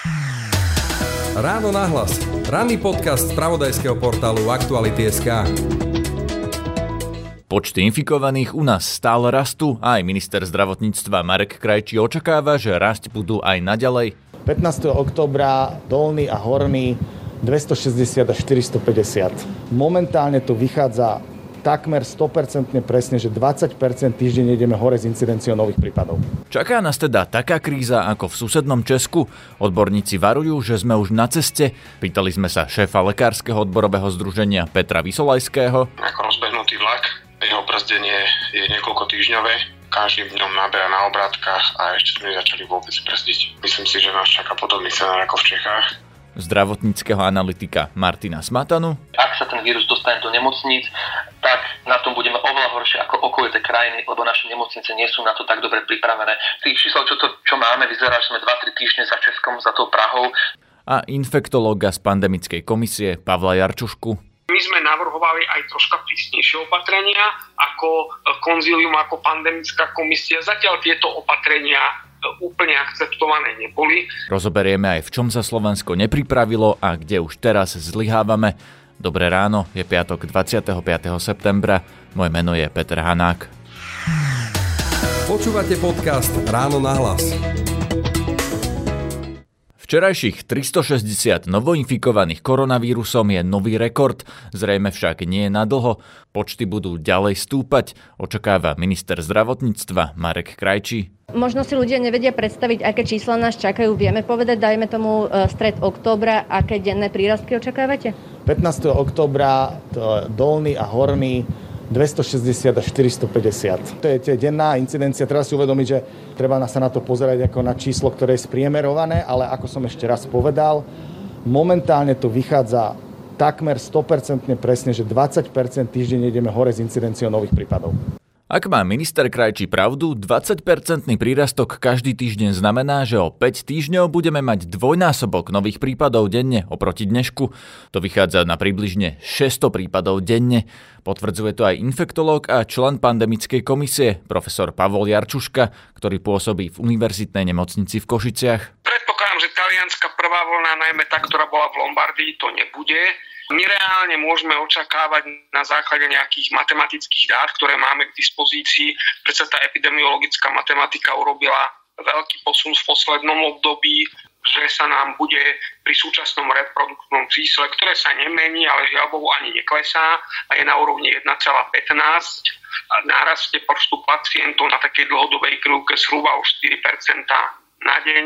Ráno nahlas. Ranný podcast z spravodajského portálu Aktuality.sk. Počty infikovaných u nás stále rastú a aj minister zdravotníctva Marek Krajčí očakáva, že rásť budú aj naďalej. 15. októbra Dolný a Horný 260 až 450. Momentálne to vychádza takmer 100% presne, že 20% týždeň ideme hore s incidenciou nových prípadov. Čaká nás teda taká kríza ako v susednom Česku? Odborníci varujú, že sme už na ceste. Pýtali sme sa šéfa lekárskeho odborového združenia Petra Vysolajského. Ako rozbehnutý vlak, jeho brzdenie je niekoľko týždňové. Každým dňom naberá na obrátkach a ešte sme začali vôbec brzdiť. Myslím si, že nás čaká podobný scenár ako v Čechách. Zdravotníckeho analytika Martina Smatanu. Ak sa ten vírus dostane do nemocníc, tak na tom budeme oveľa horšie ako okolité krajiny, lebo naše nemocnice nie sú na to tak dobre pripravené. Tých čísel, čo máme, vyzerá, že sme 2-3 týždne za Českom, za tou Prahou. A infektológa z pandemickej komisie Pavla Jarčušku. My sme navrhovali aj troška prísnejšie opatrenia ako konzílium, ako pandemická komisia. Zatiaľ tieto opatrenia úplne akceptované neboli. Rozoberieme aj, v čom sa Slovensko nepripravilo a kde už teraz zlyhávame. Dobré ráno, je piatok 25. septembra. Moje meno je Peter Hanák. Počúvate podcast Ráno nahlas. Včerajších 360 novoinfikovaných koronavírusom je nový rekord, zrejme však nie na dlho. Počty budú ďalej stúpať, očakáva minister zdravotníctva Marek Krajčí. Možno si ľudia nevedia predstaviť, aké čísla nás čakajú. Vieme povedať, dajme tomu stred októbra, aké denné prírastky očakávate? 15. októbra Dolný a Horný 260 až 450. To je denná incidencia. Treba si uvedomiť, že treba sa na to pozerať ako na číslo, ktoré je spriemerované, ale ako som ešte raz povedal, momentálne to vychádza takmer 100% presne, že 20% týždeň ideme hore s incidenciou nových prípadov. Ak má minister Krajčí pravdu, 20% prírastok každý týždeň znamená, že o 5 týždňov budeme mať dvojnásobok nových prípadov denne oproti dnešku. To vychádza na približne 600 prípadov denne. Potvrdzuje to aj infektológ a člen pandemickej komisie, profesor Pavol Jarčuška, ktorý pôsobí v univerzitnej nemocnici v Košiciach. Predpokladám, že talianska prvá vlna, najmä tá, ktorá bola v Lombardii, to nebude. My reálne môžeme očakávať na základe nejakých matematických dát, ktoré máme k dispozícii. Predsa tá epidemiologická matematika urobila veľký posun v poslednom období, že sa nám bude pri súčasnom reproduktívnom čísle, ktoré sa nemení, ale žiaľ Bohu ani neklesá a je na úrovni 1,15 a náraste počtu pacientov na takej dlhodobej krivke zhruba o 4% na deň.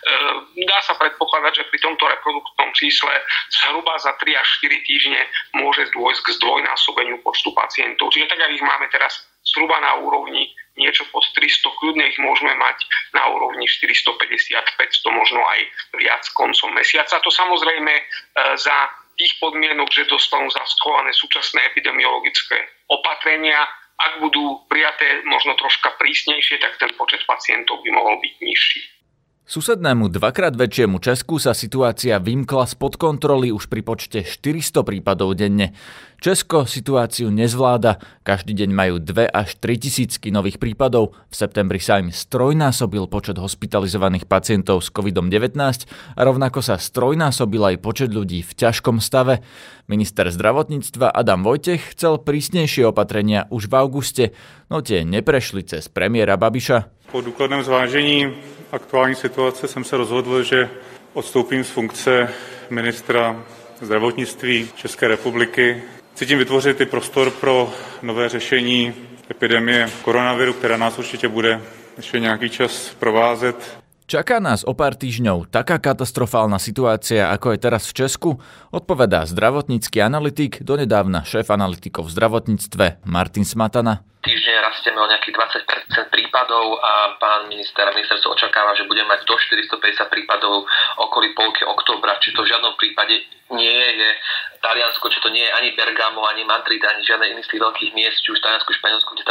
Dá sa predpokladať, že pri tomto reproduktívnom čísle zhruba za 3 až 4 týždne môže dôjsť k zdvojnásobeniu počtu pacientov. Čiže tak, ak ich máme teraz zhruba na úrovni niečo pod 300, kľudne ich môžeme mať na úrovni 450, 500, možno aj viac koncom mesiaca. To samozrejme za tých podmienok, že dostanú zaschované súčasné epidemiologické opatrenia. Ak budú prijaté možno troška prísnejšie, tak ten počet pacientov by mohol byť nižší. Susednému dvakrát väčšiemu Česku sa situácia vymkla spod kontroly už pri počte 400 prípadov denne. Česko situáciu nezvláda, každý deň majú 2 až 3 tisícky nových prípadov, v septembri sa im strojnásobil počet hospitalizovaných pacientov s COVID-19 a rovnako sa strojnásobil aj počet ľudí v ťažkom stave. Minister zdravotníctva Adam Vojtech chcel prísnejšie opatrenia už v auguste, no tie neprešli cez premiéra Babiša. Po důkladném zvážení aktuální situace jsem se rozhodl, že odstoupím z funkce ministra zdravotnictví České republiky. Cítím vytvořit i prostor pro nové řešení epidemie koronaviru, která nás určitě bude ještě nějaký čas provázet. Čaká nás o pár týždňov taká katastrofálna situácia, ako je teraz v Česku? Odpovedá zdravotnícky analytik, donedávna šéf analytikov v zdravotníctve Martin Smatana. Týždenne rastieme o nejakých 20% prípadov a pán ministerstvo očakáva, že budeme mať do 450 prípadov okolí polky októbra, či to v žiadnom prípade nie je Taliansko, či to nie je ani Bergamo, ani Madrid, ani žiadne iných z tých veľkých miest, či už Taliansku, Španielsku, kde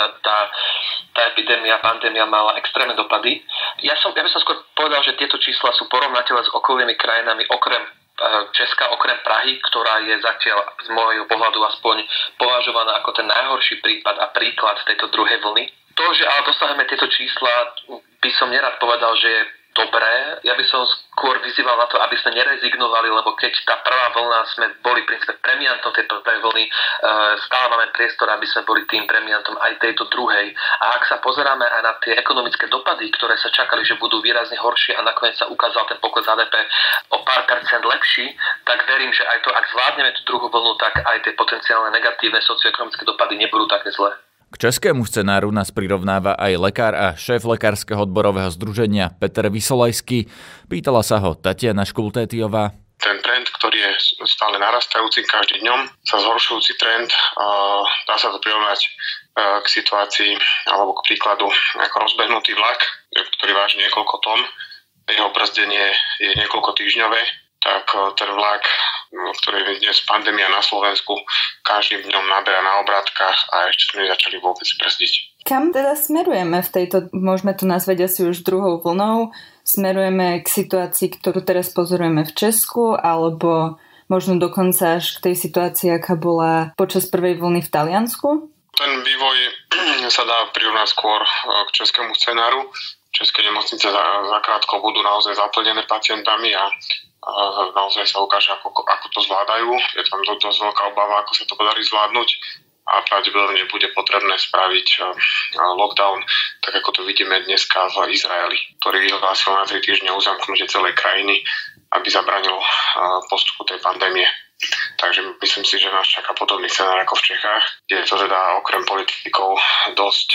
tá epidémia, pandémia mala extrémne dopady. Ja by som skôr povedal, že tieto čísla sú porovnateľné s okolnými krajinami, okrem Česka, okrem Prahy, ktorá je zatiaľ z môjho pohľadu aspoň považovaná ako ten najhorší prípad a príklad tejto druhej vlny. To, že ale dosahujeme tieto čísla, by som nerad povedal, že je dobré. Ja by som skôr vyzýval na to, aby sme nerezignovali, lebo keď tá prvá vlna sme boli v princípe premiantom tej prvej vlny, stále máme priestor, aby sme boli tým premiantom aj tejto druhej. A ak sa pozeráme aj na tie ekonomické dopady, ktoré sa čakali, že budú výrazne horšie a nakoniec sa ukázal ten pokles HDP o pár percent lepší, tak verím, že aj to, ak zvládneme tú druhú vlnu, tak aj tie potenciálne negatívne socioekonomické dopady nebudú také zlé. K českému scenáru nás prirovnáva aj lekár a šéf lekárskeho odborového združenia Peter Vysolajský. Pýtala sa ho Tatiana Škultétiová. Ten trend, ktorý je stále narastajúci každým dňom, sa zhoršujúci trend, dá sa to prirovnať k situácii alebo k príkladu ako rozbehnutý vlak, ktorý váži niekoľko tón, jeho brzdenie je niekoľko týždňové, tak ten vlak, ktorý je dnes pandémia na Slovensku, každým dňom naberá na obrátkach a ešte sme nezačali vôbec brzdiť. Kam teda smerujeme v tejto, môžeme to nazvať asi už druhou vlnou? Smerujeme k situácii, ktorú teraz pozorujeme v Česku, alebo možno dokonca až k tej situácii, aká bola počas prvej vlny v Taliansku? Ten vývoj sa dá prirovnať skôr k českému scenáru. České nemocnice zakrátko budú naozaj zaplnené pacientami a naozaj sa ukáže, ako to zvládajú. Je tam dosť veľká obava, ako sa to podarí zvládnuť a pravdepodobne bude potrebné spraviť lockdown, tak ako to vidíme dneska v Izraeli, ktorý vyhlásil na 3 týždne uzamknutie celej krajiny, aby zabránil postupu tej pandémie. Takže myslím si, že nás čaká podobný scenár ako v Čechách, kde je to teda okrem politikov dosť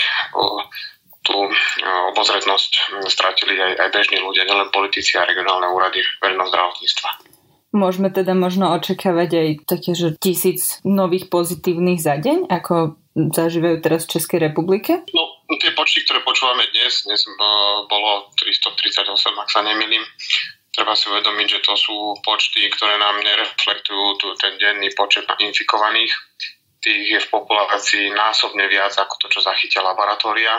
tú obozretnosť stratili aj bežní ľudia, nielen politici a regionálne úrady verejného zdravotníctva. Môžeme teda možno očakávať aj také, že 1000 nových pozitívnych za deň, ako zažívajú teraz v Českej republike? No, tie počty, ktoré počúvame dnes bolo 338, ak sa nemýlim. Treba si uvedomiť, že to sú počty, ktoré nám nereflektujú ten denný počet infikovaných. Tých je v populácii násobne viac ako to, čo zachytia laboratória.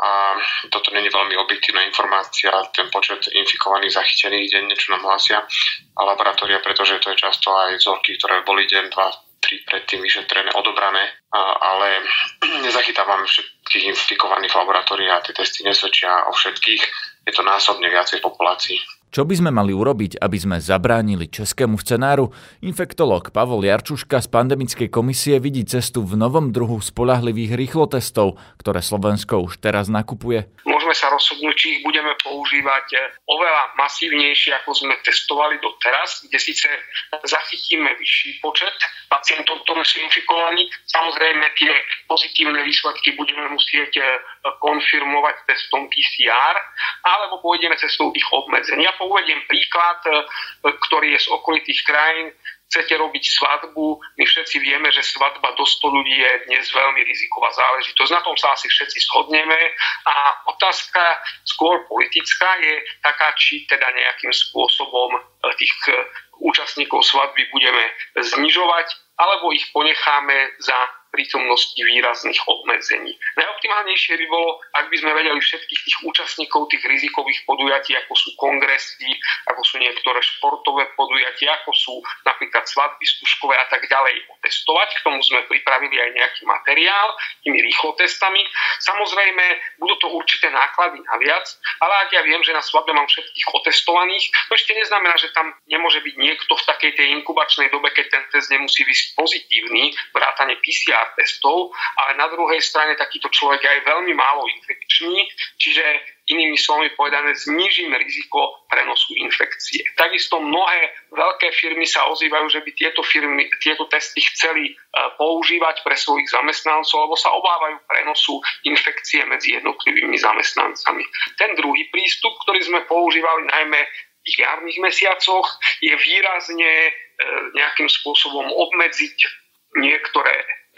A toto nie je veľmi objektívna informácia, ten počet infikovaných zachytených denne, čo nám hlásia a laboratória, pretože to je často aj vzorky, ktoré boli deň, 2, 3 predtým vyšetrené, odobrané, ale nezachytávame všetkých infikovaných v laboratórii a tie testy nesvedčia o všetkých, je to násobne viacej v populácii. Čo by sme mali urobiť, aby sme zabránili českému scenáru? Infektológ Pavol Jarčuška z pandemickej komisie vidí cestu v novom druhu spoľahlivých rýchlotestov, ktoré Slovensko už teraz nakupuje. Môžeme sa rozhodnúť, či ich budeme používať oveľa masívnejšie, ako sme testovali doteraz, kde síce zachytíme vyšší počet pacientov, ktorí sú infikovaní. Samozrejme, tie pozitívne výsledky budeme musieť konfirmovať testom PCR, alebo pôjdeme cestou tých obmedzení. Ja uvediem príklad, ktorý je z okolitých krajín. Chcete robiť svadbu, my všetci vieme, že svadba do 100 ľudí je dnes veľmi riziková záležitosť. Na tom sa asi všetci shodneme a otázka skôr politická je taká, či teda nejakým spôsobom tých účastníkov svadby budeme znižovať, alebo ich ponecháme za prítomnosti výrazných obmedzení. Najoptimálnejšie by bolo, ak by sme vedeli všetkých tých účastníkov tých rizikových podujatí, ako sú kongresy, ako sú niektoré športové podujatia, ako sú napríklad svadby stužkové a tak ďalej, otestovať. K tomu sme pripravili aj nejaký materiál tými rýchlotestami. Samozrejme, budú to určité náklady naviac, ale ak ja viem, že na svadbe mám všetkých otestovaných, to ešte neznamená, že tam nemôže byť niekto v takej tej inkubačnej dobe, keď ten test nemusí byť pozitívny, vrátane PCR testov, ale na druhej strane takýto človek je aj veľmi málo infekčný, čiže inými slovami povedané znížime riziko prenosu infekcie. Takisto mnohé veľké firmy sa ozývajú, že by tieto testy chceli používať pre svojich zamestnancov, lebo sa obávajú prenosu infekcie medzi jednotlivými zamestnancami. Ten druhý prístup, ktorý sme používali najmä v jarných mesiacoch, je výrazne nejakým spôsobom obmedziť niektoré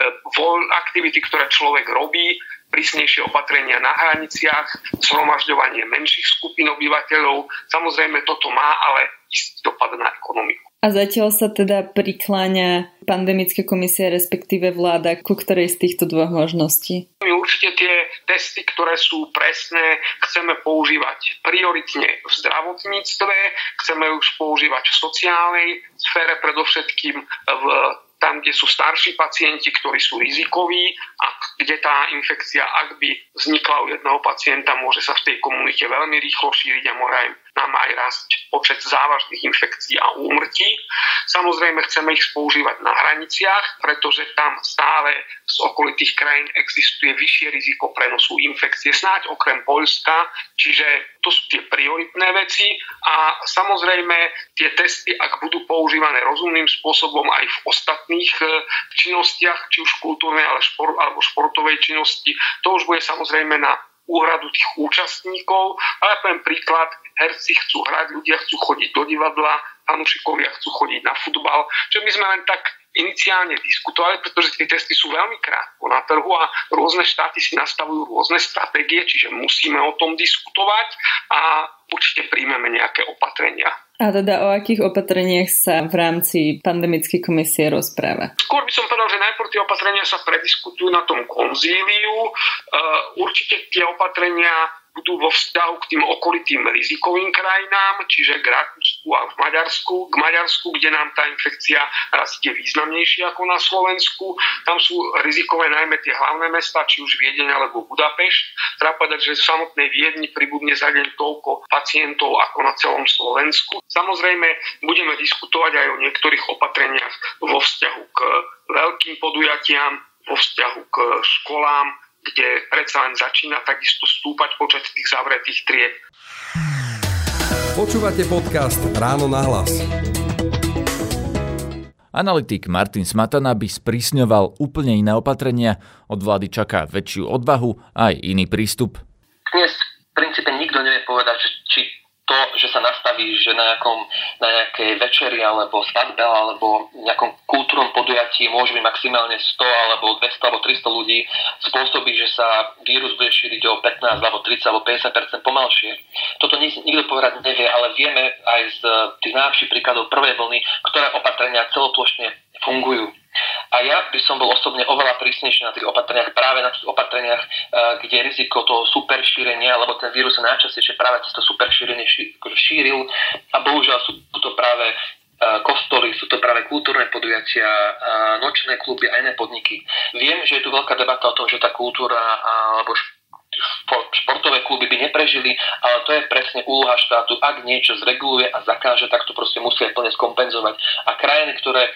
aktivity, ktoré človek robí, prísnejšie opatrenia na hraniciach, zhromažďovanie menších skupín obyvateľov. Samozrejme, toto má ale istý dopad na ekonomiku. A zatiaľ sa teda prikláňa pandemická komisia, respektíve vláda, ku ktorej z týchto dvoch možností? My určite tie testy, ktoré sú presné, chceme používať prioritne v zdravotníctve, chceme už používať v sociálnej sfére, predovšetkým tam, kde sú starší pacienti, ktorí sú rizikoví a kde tá infekcia, ak by vznikla u jedného pacienta, môže sa v tej komunite veľmi rýchlo šíriť a môže aj nám aj rásť počet závažných infekcií a úmrtí. Samozrejme chceme ich používať na hraniciach, pretože tam stále z okolitých krajín existuje vyššie riziko prenosu infekcie, snáď okrem Poľska, čiže to sú tie prioritné veci a samozrejme tie testy, ak budú používané rozumným spôsobom aj v ostatných činnostiach, či už kultúrnej alebo športovej činnosti, to už bude samozrejme na úhradu tých účastníkov. Ale poviem príklad, herci chcú hrať, ľudia chcú chodiť do divadla, fanúšikovia chcú chodiť na futbal. Čiže my sme len tak iniciálne diskutovali, pretože tie testy sú veľmi krátko na trhu a rôzne štáty si nastavujú rôzne stratégie, čiže musíme o tom diskutovať a určite príjmeme nejaké opatrenia. A teda o akých opatreniach sa v rámci pandemickej komisie rozpráva? Skôr by som povedal, že najprv tie opatrenia sa prediskutujú na tom konzíliu. Určite tie opatrenia budú vo vzťahu k tým okolitým rizikovým krajinám, čiže k Rakúsku a k Maďarsku, kde nám tá infekcia rastie významnejšie ako na Slovensku. Tam sú rizikové najmä tie hlavné mestá, či už Viedeň alebo Budapešť. Treba povedať, že v samotnej Viedni pribudne za deň toľko pacientov ako na celom Slovensku. Samozrejme, budeme diskutovať aj o niektorých opatreniach vo vzťahu k veľkým podujatiam, vo vzťahu k školám, kde predsa len začína takisto stúpať počet tých zavretých tried. Počúvate podcast Ráno na hlas. Analytik Martin Smatana by sprísňoval úplne iné opatrenia. Od vlády čaká väčšiu odvahu a aj iný prístup. Dnes v princípe nikto nevie povedať, či to, že sa nastaví, že na nejakej večeri alebo svadbe alebo nejakom kultúrnom podujatí môže byť maximálne 100 alebo 200 alebo 300 ľudí, spôsobí, že sa vírus bude šíriť o 15 alebo 30 alebo 50% pomalšie. Toto nikto povedať nevie, ale vieme aj z tých najlepších príkladov prvej vlny, ktoré opatrenia celoplošne fungujú. A ja by som bol osobne oveľa prísnejší na tých opatreniach, práve na tých opatreniach, kde je riziko toho super šírenia, lebo ten vírus sa najčastejšie práve cez to super šírenie šíril a bohužiaľ sú to práve kostoly, sú to práve kultúrne podujatia, nočné kluby a iné podniky. Viem, že je tu veľká debata o tom, že tá kultúra alebo športové kluby by neprežili, ale to je presne úloha štátu. Ak niečo zreguluje a zakáže, tak to proste musia plne skompenzovať. A krajiny,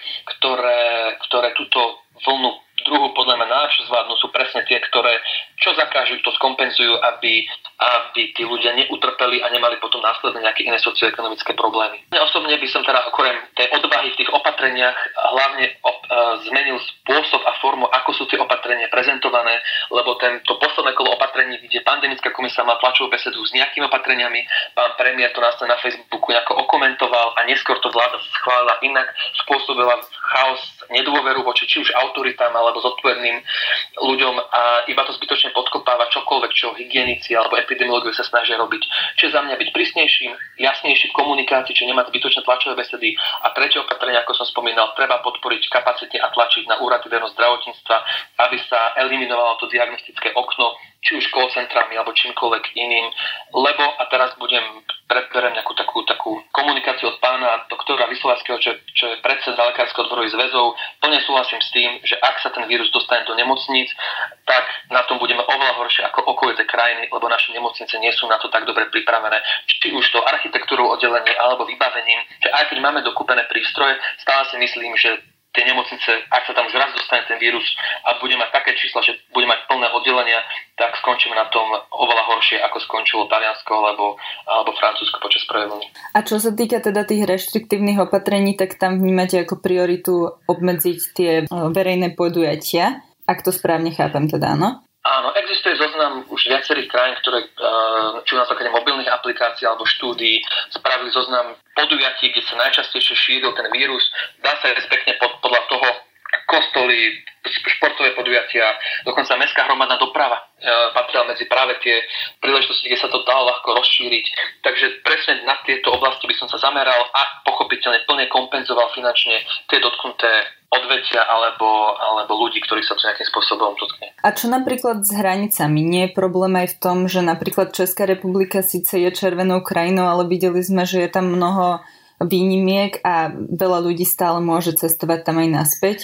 ktoré túto vlnu druhú podľa mňa najlepšie zvládnu, sú presne tie, ktoré čo zakážu, to skompenzujú, aby tí ľudia neutrpeli a nemali potom následne nejaké iné socioekonomické problémy. Ja osobne by som teda okrem tej odvahy v tých opatreniach hlavne zmenil spôsob a formu, ako sú tie opatrenia prezentované, lebo to posledné kolo opatrení, kde pandemická komisia má tlačovú besedu s nejakými opatreniami, pán premiér to nás na Facebooku nejako okomentoval a neskôr to vláda schválila inak, spôsobila chaos, nedôveru voči či už autoritám alebo zodpovedným ľuďom a iba to zbytočne podkopáva čokoľvek, čo hygienici alebo epidemiológovia sa snažia robiť. Čiže za mňa byť prísnejším, jasnejší v komunikácii, či nemať zbytočné tlačové besedy. A tretie opatrenie, ako som spomínal, treba podporiť kapacity a tlačiť na úrady verejného zdravotníctva, aby sa eliminovalo to diagnostické okno, či už call centrami alebo čímkoľvek iným, lebo, a teraz preberiem nejakú takú komunikáciu od pána doktora Vyslováckého, čo je predseda Lekárskeho odborových zväzov, plne súhlasím s tým, že ak sa ten vírus dostane do nemocníc, tak na tom budeme oveľa horšie ako okolité krajiny, lebo naše nemocnice nie sú na to tak dobre pripravené, či už to architektúrou oddelenie alebo vybavením, že aj keď máme dokúpené prístroje, stále si myslím, že tie nemocnice, ak sa tam zraz dostane ten vírus a bude mať také čísla, že bude mať plné oddelenia, tak skončíme na tom oveľa horšie, ako skončilo Taliansko alebo Francúzsko počas prvej vlny. A čo sa týka teda tých reštriktívnych opatrení, tak tam vnímate ako prioritu obmedziť tie verejné podujatia, ak to správne chápem teda, áno? Áno, existuje zoznam už viacerých krajín, ktoré či na základe mobilných aplikácií alebo štúdií spravili zoznam podujatí, kde sa najčastejšie šíril ten vírus. Dá sa respektne podľa toho kostoly, športové podujatia, dokonca mestská hromadná doprava patrila medzi práve tie príležitosti, kde sa to dalo ľahko rozšíriť. Takže presne na tieto oblasti by som sa zameral a pochopiteľne plne kompenzoval finančne tie dotknuté odvetia alebo ľudí, ktorí sa to nejakým spôsobom dotkne. A čo napríklad s hranicami? Nie je problém aj v tom, že napríklad Česká republika síce je červenou krajinou, ale videli sme, že je tam mnoho výnimiek a veľa ľudí stále môže cestovať tam aj naspäť?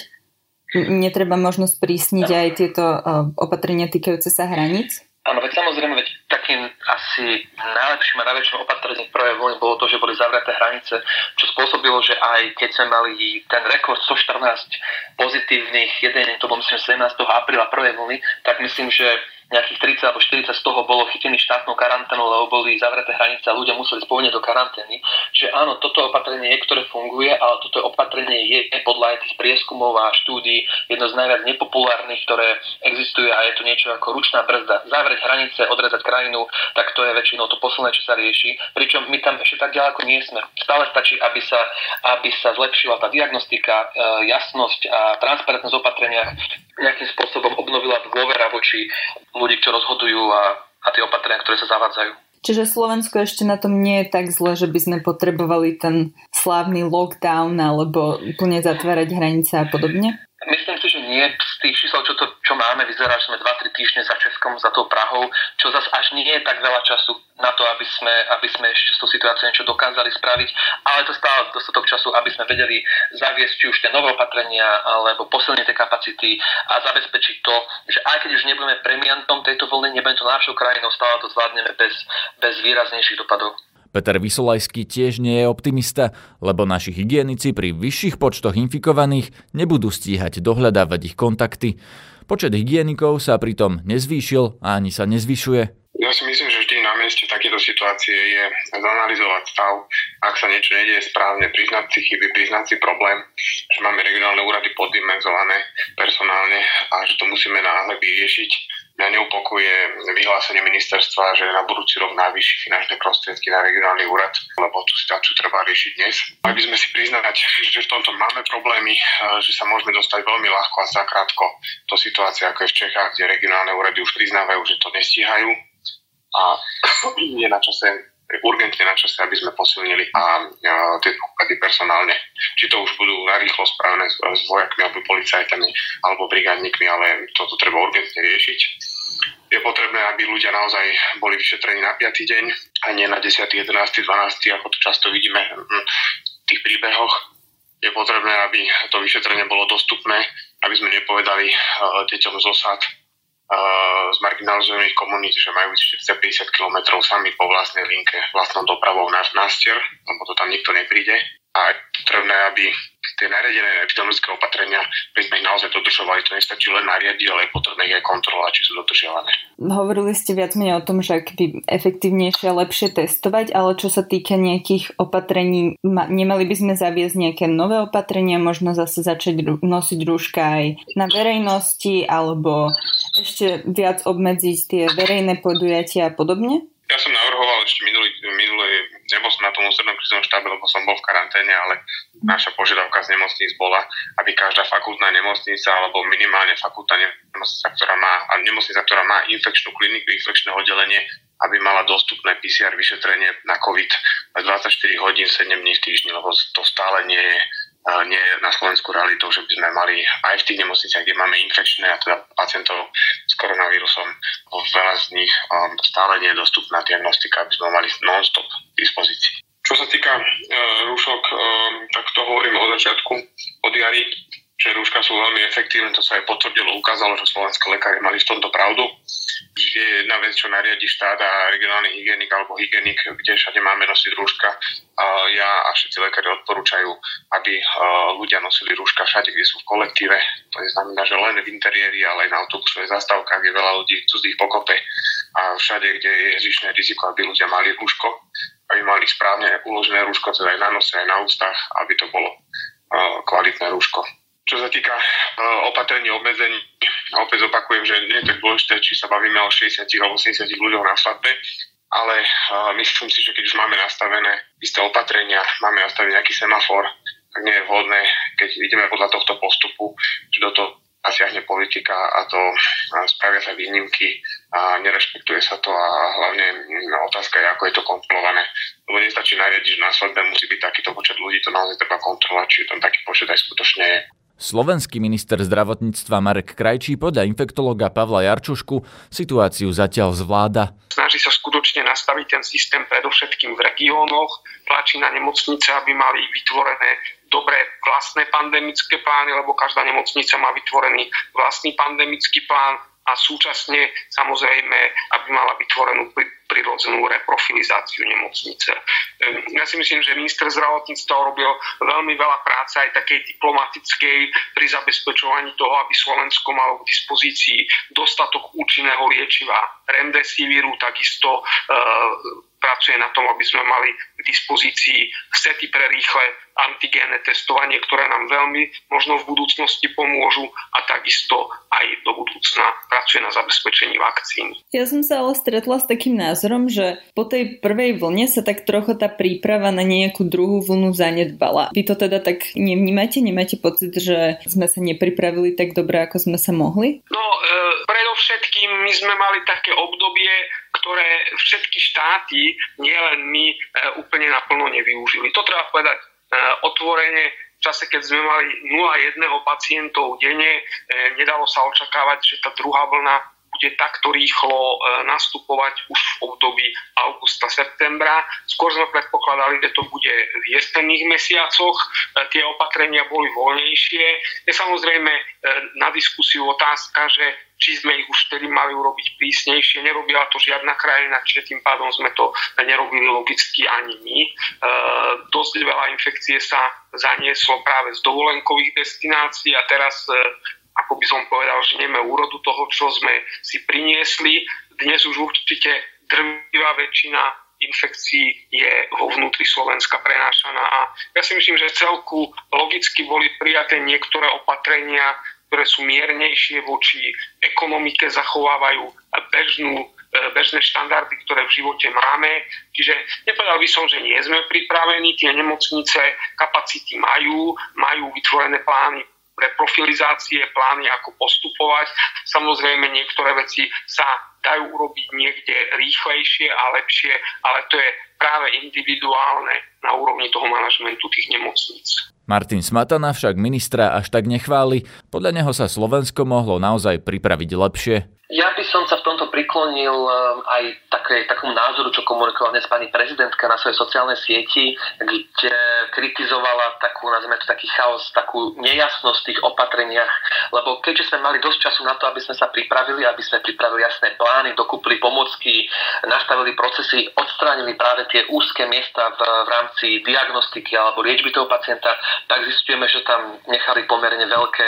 Netreba možno sprísniť aj tieto opatrenia týkajúce sa hraníc? Áno, veď samozrejme, tak takým asi najlepším a najväčším opatrením prvej vlny bolo to, že boli zavreté hranice, čo spôsobilo, že aj keď sme mali ten rekord 114 pozitívnych, jeden to bol myslím 17. apríla prvej vlny, tak myslím, že nejakých 30 alebo 40 z toho bolo chytených štátnou karanténou, lebo boli zavreté hranice a ľudia museli spomínať do karantény. Že áno, toto opatrenie je, ktoré funguje, ale toto opatrenie je podľa tých prieskumov a štúdií jedno z najviac nepopulárnych, ktoré existuje a je to niečo ako ručná brzda. Zavrieť hranice, odrezať krajinu, tak to je väčšinou to posledné, čo sa rieši. Pričom my tam ešte tak ďaleko nie sme. Stále stačí, aby sa zlepšila tá diagnostika, jasnosť a transparentnosť v opatreniach, nejakým spôsobom obnovila dôvera voči ľudí, čo rozhodujú a tie opatrenia, ktoré sa zavádzajú. Čiže Slovensko ešte na tom nie je tak zle, že by sme potrebovali ten slávny lockdown alebo úplne zatvárať hranice a podobne? Myslím si, že nie. Z tých čísel, čo máme, vyzerá, že sme 2-3 týždne za Českom, za tou Prahou, čo zase až nie je tak veľa času na to, aby sme ešte s tou situáciou niečo dokázali spraviť, ale to stále dostatok času, aby sme vedeli zaviesť či už tie nové opatrenia, alebo posilniť tie kapacity a zabezpečiť to, že aj keď už nebudeme premiantom tejto vlny, nebudeme to našou krajinou, stále to zvládneme bez výraznejších dopadov. Peter Vysolajský tiež nie je optimista, lebo naši hygienici pri vyšších počtoch infikovaných nebudú stíhať dohľadávať ich kontakty. Počet hygienikov sa pritom nezvýšil a ani sa nezvyšuje. Ja si myslím, že vždy na mieste takéto situácie je zanalyzovať stav, ak sa niečo nedieje správne, priznať si chyby, priznať si problém, že máme regionálne úrady poddimenzované personálne a že to musíme náhle vyriešiť. Mňa neupokojuje vyhlásenie ministerstva, že na budúci rok navýši finančné prostriedky na regionálny úrad, lebo tú situáciu treba riešiť dnes. Mali by sme si priznať, že v tomto máme problémy, že sa môžeme dostať veľmi ľahko a zakrátko do situácie, ako je v Čechách, kde regionálne úrady už priznávajú, že to nestíhajú a je na čase, urgentne na čase, aby sme posilnili tie úrady personálne. Či to už budú narýchlo spravené s vojakmi alebo policajtami alebo brigádnikmi, ale toto treba urgentne riešiť. Je potrebné, aby ľudia naozaj boli vyšetrení na 5. deň a nie na 10., 11., 12., ako to často vidíme v tých príbehoch. Je potrebné, aby to vyšetrenie bolo dostupné, aby sme nepovedali deťom z osad z marginalizovaných komunít, že majú 40-50 km sami po vlastnej linke, vlastnou dopravou na stier, lebo to tam nikto nepríde. A je potrebné, aby tie nariadené epidemiologické opatrenia, aby sme ich naozaj dodržovali. To nestačí len nariadiť, ale je potrebné ich aj kontrolovať, či sú dodržiavané. Hovorili ste viac menej o tom, že akby efektívnejšie a lepšie testovať, ale čo sa týka nejakých opatrení, nemali by sme zaviesť nejaké nové opatrenia, možno zase začať nosiť rúška aj na verejnosti, alebo ešte viac obmedziť tie verejné podujatia a podobne? Ja som navrhoval ešte minulý, nebol som na tom ústrednom krízovom štábe, lebo som bol v karanténe, ale naša požiadavka z nemocníc bola, aby každá fakultná nemocnica alebo minimálne fakultná nemocnica, ktorá má infekčnú kliniku, infekčné oddelenie, aby mala dostupné PCR vyšetrenie na COVID 24 hodín, 7 dní v týždni, lebo to stále nie je na Slovensku realitou, že by sme mali aj v tých nemocniciach, kde máme infekčné a teda pacientov s koronavírusom, veľa z nich stále nie je dostupná diagnostika, aby sme mali non-stop v dispozícii. Čo sa týka rúšok, tak to hovorím od začiatku, od jary, že rúška sú veľmi efektívne, to sa aj potvrdilo, ukázalo, že slovenské lekári mali v tomto pravdu. Je jedna vec, čo nariadi štát a regionálny hygienik alebo hygienik, kde všade máme nosiť rúška. Ja a všetci lekári odporúčajú, aby ľudia nosili rúška všade, kde sú v kolektíve. To neznamená, že len v interiéri, ale aj na autobusovej zastávkach, kde veľa ľudí cudzích pokope a všade, kde je zvyšné riziko, aby ľudia mali rúško, aby mali správne uložené rúško, teda aj na nose, aj na ústach, aby to bolo kvalitné rúško. Čo sa týka opatrení obmedzení, opäť opakujem, že nie je tak dôležité, či sa bavíme o 60 alebo 80 ľuďoch na svadbe, ale myslím si, že keď už máme nastavené isté opatrenia, máme nastavený nejaký semafor, tak nie je vhodné, keď ideme podľa tohto postupu, že do toho zasiahne politika a to spravia sa výnimky a nerešpektuje sa to a hlavne otázka je, ako je to kontrolované. Lebo nestačí nariadiť, že na svadbe musí byť takýto počet ľudí, to naozaj treba kontrolovať, či tam taký počet aj skutočne je. Slovenský minister zdravotníctva Marek Krajčí podľa infektológa Pavla Jarčušku situáciu zatiaľ zvláda. Snaží sa skutočne nastaviť ten systém predovšetkým v regiónoch, tlačí na nemocnice, aby mali vytvorené dobré vlastné pandemické plány, lebo každá nemocnica má vytvorený vlastný pandemický plán. a súčasne samozrejme, aby mala vytvorenú prirodzenú reprofilizáciu nemocnice. Ja si myslím, že minister zdravotníctva robil veľmi veľa práce aj takej diplomatickej pri zabezpečovaní toho, aby Slovensko malo k dispozícii dostatok účinného liečiva remdesiviru, takisto pracuje na tom, aby sme mali k dispozícii sety pre rýchle antigénne testovanie, ktoré nám veľmi možno v budúcnosti pomôžu a takisto aj do budúcna pracuje na zabezpečení vakcín. Ja som sa ale stretla s takým názorom, že po tej prvej vlne sa tak trochu tá príprava na nejakú druhú vlnu zanedbala. Vy to teda tak nevnímate? Nemáte pocit, že sme sa nepripravili tak dobre, ako sme sa mohli? No, predovšetkým my sme mali také obdobie, ktoré všetky štáty, nielen my, úplne naplno nevyužili. To treba povedať otvorene. V čase, keď sme mali 0,1 pacientov denne, nedalo sa očakávať, že tá druhá vlna bude takto rýchlo nastupovať už v období augusta-septembra. Skôr sme predpokladali, že to bude v jesenných mesiacoch. Tie opatrenia boli voľnejšie. Je samozrejme na diskusiu otázka, že či sme ich už vtedy mali urobiť prísnejšie. Nerobila to žiadna krajina, čiže tým pádom sme to nerobili logicky ani my. Dosť veľa infekcie sa zanieslo práve z dovolenkových destinácií a teraz ako by som povedal, že nemáme úrodu toho, čo sme si priniesli. Dnes už určite drvivá väčšina infekcií je vo vnútri Slovenska prenášaná a ja si myslím, že celku logicky boli prijaté niektoré opatrenia, ktoré sú miernejšie voči ekonomike, zachovávajú bežné štandardy, ktoré v živote máme. Čiže nepovedal by som, že nie sme pripravení, tie nemocnice kapacity majú vytvorené plány reprofilizácie, plány, ako postupovať. Samozrejme, niektoré veci sa dajú urobiť niekde rýchlejšie a lepšie, ale to je práve individuálne na úrovni toho manažmentu tých nemocníc. Martin Smatana však ministra až tak nechváli. Podľa neho sa Slovensko mohlo naozaj pripraviť lepšie. Ja by som sa v tomto priklonil aj takému názoru, čo komunikovala dnes pani prezidentka na svojej sociálnej sieti, kde kritizovala nazvime to taký chaos, takú nejasnosť v tých opatreniach, lebo keďže sme mali dosť času na to, aby sme sa pripravili, aby sme pripravili jasné plány, dokúpili pomocky, nastavili procesy, odstránili práve tie úzke miesta v rámci diagnostiky alebo liečby toho pacienta, tak zistujeme, že tam nechali pomerne veľké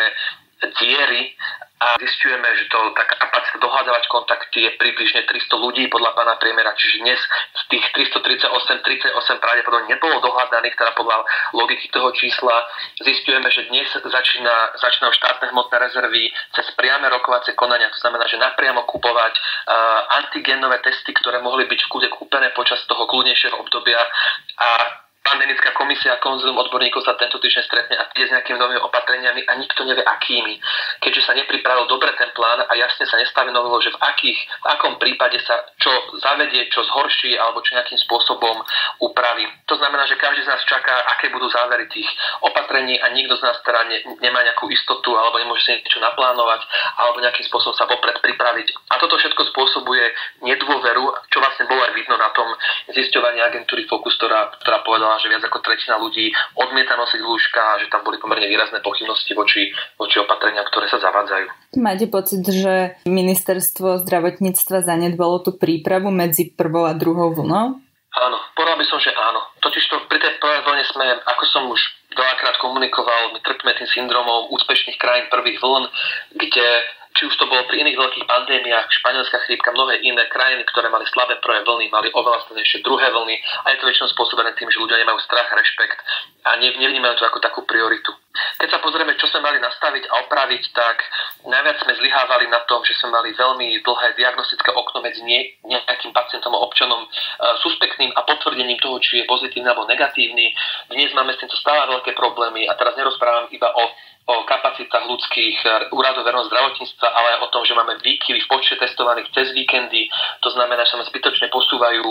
diery a zistujeme, že tá kapacita dohľadávať kontakty je približne 300 ľudí podľa pána premiéra, čiže dnes z tých 38 pravdepodobne nebolo dohľadaných, teda podľa logiky toho čísla. Zistujeme, že dnes začínajú štátne hmotné rezervy cez priame rokovacie konania, to znamená, že napriamo kupovať antigenové testy, ktoré mohli byť v kľude kúpené počas toho kľudnejšieho obdobia a pandemická komisia a konzilium odborníkov sa tento týždeň stretne a príde s nejakými novými opatreniami a nikto nevie akými. Keďže sa nepripravil dobre ten plán a jasne sa nestanovilo, že v akom prípade sa čo zavedie, čo zhorší alebo čo nejakým spôsobom upraví. To znamená, že každý z nás čaká, aké budú závery tých opatrení a nikto z nás teda nemá nejakú istotu alebo nemôže si niečo naplánovať alebo nejakým spôsobom sa vopred pripraviť. A toto všetko spôsobuje nedôveru, čo vlastne bolo aj vidno na tom zisťovaní agentúry Focus, ktorá povedala, že viac ako tretina ľudí odmieta nosiť lúžka a že tam boli pomerne výrazné pochybnosti voči opatreniam, ktoré sa zavádzajú. Máte pocit, že ministerstvo zdravotníctva zanedbalo tú prípravu medzi prvou a druhou vlnou? Áno, povedal by som, že áno. Totižto pri tej prvej vlne sme, ako som už veľakrát komunikoval, my trpíme tým syndromom úspešných krajín prvých vln, kde či už to bolo pri iných veľkých pandémiách, španielská chrípka, mnohé iné krajiny, ktoré mali slabé prvé vlny, mali oveľa silnejšie druhé vlny a je to väčšinou spôsobené tým, že ľudia nemajú strach, rešpekt a nevnímajú to ako takú prioritu. Keď sa pozrieme, čo sme mali nastaviť a opraviť, tak najviac sme zlyhávali na tom, že sme mali veľmi dlhé diagnostické okno medzi nejakým pacientom a občanom suspektným a potvrdením toho, či je pozitívny alebo negatívny. Dnes máme s týmto stále veľké problémy a teraz nerozprávam iba o kapacitách ľudských úradov verejného zdravotníctva, ale aj o tom, že máme výkyvy v počte testovaných cez víkendy. To znamená, že sa nám zbytočne posúvajú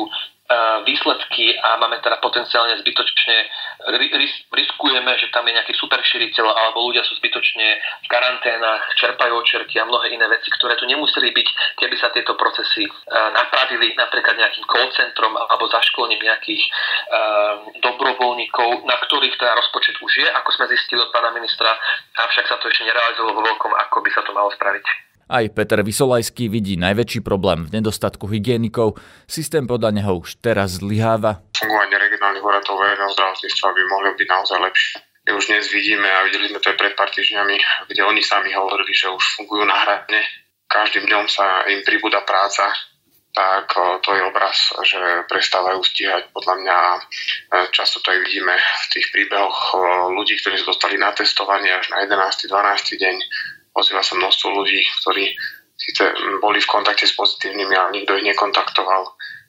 výsledky a máme teda potenciálne zbytočne riskujeme, že tam je nejaký superšíriteľ alebo ľudia sú zbytočne v karanténach, čerpajú očerky a mnohé iné veci, ktoré tu nemuseli byť, keby sa tieto procesy napravili napríklad nejakým call centrom alebo zaškolením nejakých dobrovoľníkov, na ktorých teda rozpočet už je, ako sme zistili od pána ministra, avšak sa to ešte nerealizovalo vo veľkom, ako by sa to malo spraviť. Aj Peter Vysolajský vidí najväčší problém v nedostatku hygienikov. Systém podľa neho už teraz zlyháva. Fungovanie regionálnych úradov verejného zdravotníctva by mohlo byť naozaj lepšie. My už dnes vidíme a videli sme to aj pred pár týždňami, kde oni sami hovorili, že už fungujú náhradne. Každým dňom sa im pribúda práca, tak to je obraz, že prestávajú stíhať podľa mňa. Často to aj vidíme v tých príbehoch ľudí, ktorí sa dostali na testovanie až na 11. 12. deň. Ozýva sa množstvo ľudí, ktorí síce boli v kontakte s pozitívnymi, ale nikto ich nekontaktoval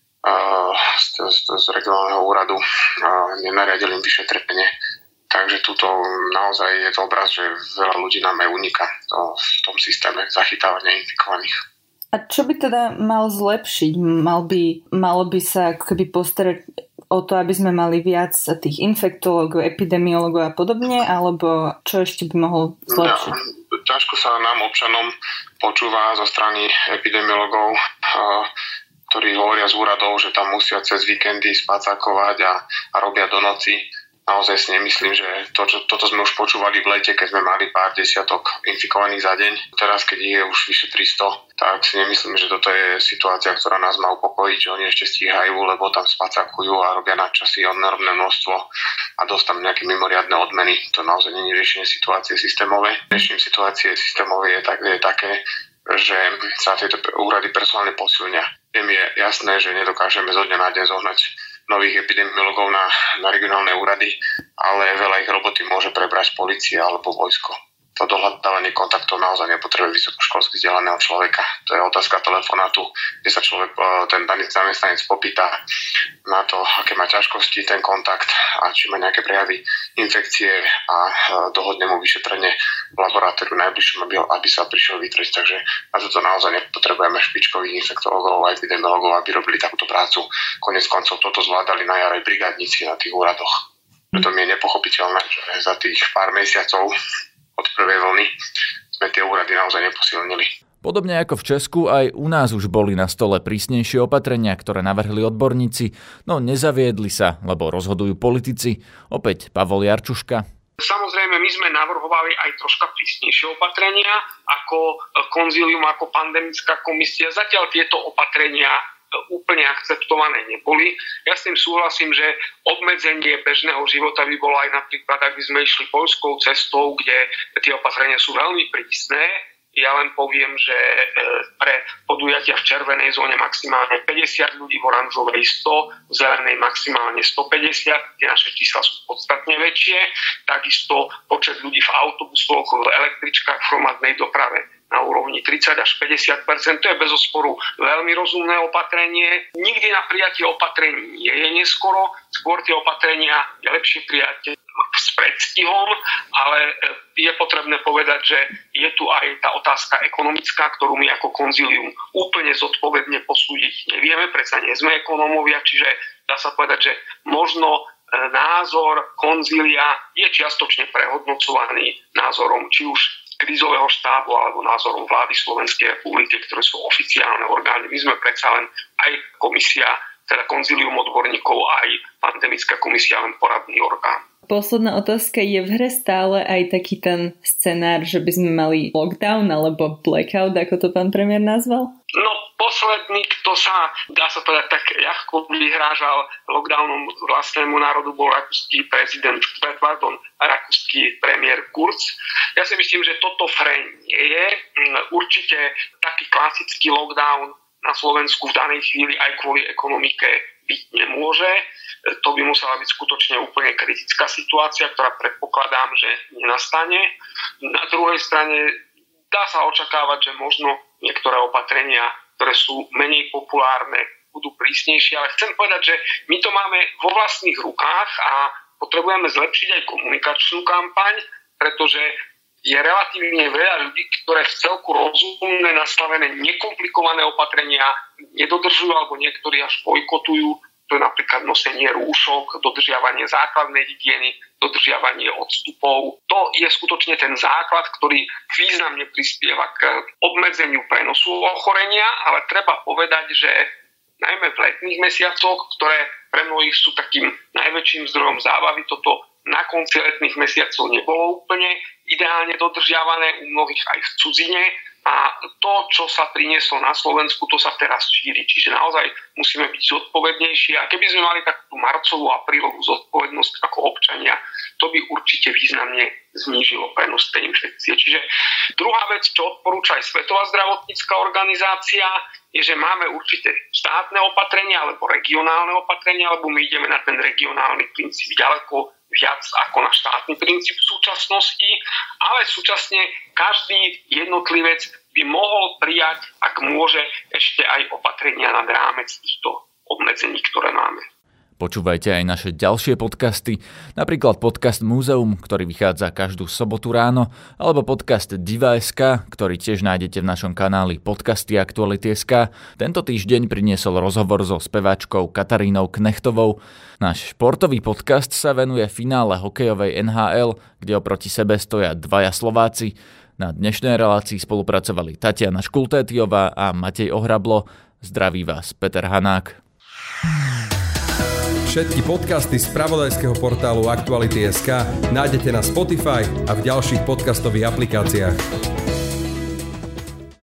z regionálneho úradu, nenariadili im vyšetrenie. Takže tuto naozaj je to obraz, že veľa ľudí nám aj uniká v tom systéme zachytávania infikovaných. A čo by teda mal zlepšiť? Malo by sa ako keby postarať o to, aby sme mali viac tých infektológov, epidemiológov a podobne, alebo čo ešte by mohol zlepšiť? Ťažko sa nám občanom počúva zo strany epidemiológov, ktorí hovoria z úradov, že tam musia cez víkendy spacákovať a robia do noci. Naozaj si nemyslím, že toto sme už počúvali v lete, keď sme mali pár desiatok infikovaných za deň. Teraz, keď ich je už vyše 300, tak si nemyslím, že toto je situácia, ktorá nás má upokojiť, že oni ešte stíhajú, lebo tam spacákujú a robia nadčasy enormné množstvo a dostanú nejaké mimoriadne odmeny. To naozaj nie je riešenie situácie systémovej. Riešením situácie systémovej je také, že sa tieto úrady personálne posilnia. Je mi jasné, že nedokážeme zo dňa na deň zohnať nových epidemiologov na regionálne úrady, ale veľa ich roboty môže prebrať polícia alebo vojsko. To dohľadávanie kontaktov naozaj nepotrebuje vysokoškolsky vzdelaného človeka. To je otázka telefonátu, kde sa človek, ten daný zamestnanec popýta na to, aké má ťažkosti ten kontakt a či má nejaké prejavy infekcie a dohodne mu vyšetrenie v laboratóriu najbližšom, aby sa prišiel vytrieť. Takže na toto naozaj nepotrebujeme špičkových infektológov a epidemiológov, aby robili takúto prácu. Konec koncov toto zvládali na jar aj brigádnici na tých úradoch. Preto mi je nepochopiteľné, že za tých pár mesiacov od prvej vlny sme tie úrady naozaj neposilnili. Podobne ako v Česku, aj u nás už boli na stole prísnejšie opatrenia, ktoré navrhli odborníci, no nezaviedli sa, lebo rozhodujú politici. Opäť Pavol Jarčuška. Samozrejme, my sme navrhovali aj troška prísnejšie opatrenia ako konzílium, ako pandemická komisia. Zatiaľ tieto opatrenia úplne akceptované neboli. Ja s tým súhlasím, že obmedzenie bežného života by bolo aj napríklad, ak by sme išli poľskou cestou, kde tie opatrenia sú veľmi prísne. Ja len poviem, že pre podujatia v červenej zóne maximálne 50 ľudí, v oranžovej 100, v zelenej maximálne 150. Tie naše čísla sú podstatne väčšie. Takisto počet ľudí v autobusoch, v električkách, v hromadnej doprave na úrovni 30 až 50%. To je bezosporu veľmi rozumné opatrenie. Nikdy na prijatie opatrení nie je neskoro. Skôr tie opatrenia je lepšie prijať s predstihom, ale je potrebné povedať, že je tu aj tá otázka ekonomická, ktorú my ako konzílium úplne zodpovedne posúdiť nevieme. Predsa nie sme ekonómovia, čiže dá sa povedať, že možno názor konzília je čiastočne prehodnocovaný názorom či už krízového štábu alebo názorom vlády Slovenskej republiky, ktoré sú oficiálne orgány. My sme predsa len aj komisia, teda konzílium odborníkov, aj pandemická komisia, len poradný orgán. Posledná otázka, je v hre stále aj taký ten scenár, že by sme mali lockdown alebo blackout, ako to pán premiér nazval? No, posledný, kto sa, dá sa povedať, tak ľahko vyhrážal lockdownom vlastnému národu, bol rakúsky premiér Kurz. Ja si myslím, že toto fre nie je. Určite taký klasický lockdown na Slovensku v danej chvíli aj kvôli ekonomike byť nemôže. To by musela byť skutočne úplne kritická situácia, ktorá predpokladám, že nenastane. Na druhej strane dá sa očakávať, že možno niektoré opatrenia, ktoré sú menej populárne, budú prísnejšie, ale chcem povedať, že my to máme vo vlastných rukách a potrebujeme zlepšiť aj komunikačnú kampaň, pretože je relatívne veľa ľudí, ktoré v celku rozumné, nastavené, nekomplikované opatrenia nedodržujú alebo niektorí až bojkotujú. To je napríklad nosenie rúšok, dodržiavanie základnej hygieny, dodržiavanie odstupov. To je skutočne ten základ, ktorý významne prispieva k obmedzeniu prenosu ochorenia, ale treba povedať, že najmä v letných mesiacoch, ktoré pre mnohých sú takým najväčším zdrojom zábavy, toto na konci letných mesiacov nebolo úplne ideálne dodržiavané, u mnohých aj v cudzine. A to, čo sa prinieslo na Slovensku, to sa teraz šíri. Čiže naozaj musíme byť zodpovednejší. A keby sme mali takú marcovú, aprílovú zodpovednosť ako občania, to by určite významne znížilo prenos tej infekcie. Čiže druhá vec, čo odporúča aj Svetová zdravotnícka organizácia, je, že máme určité štátne opatrenia alebo regionálne opatrenia, alebo my ideme na ten regionálny princíp ďaleko viac ako na štátny princíp v súčasnosti, ale súčasne každý jednotlivec by mohol prijať, ak môže, ešte aj opatrenia nad rámec týchto obmedzení, ktoré máme. Počúvajte aj naše ďalšie podcasty, napríklad podcast Múzeum, ktorý vychádza každú sobotu ráno, alebo podcast Diva.sk, ktorý tiež nájdete v našom kanáli Podcasty Aktuality.sk. Tento týždeň priniesol rozhovor so speváčkou Katarínou Knechtovou. Náš športový podcast sa venuje finále hokejovej NHL, kde oproti sebe stoja dvaja Slováci. Na dnešnej relácii spolupracovali Tatiana Škultétiová a Matej Ohrablo. Zdraví vás Peter Hanák. Všetky podcasty z spravodajského portálu Aktuality.sk nájdete na Spotify a v ďalších podcastových aplikáciách.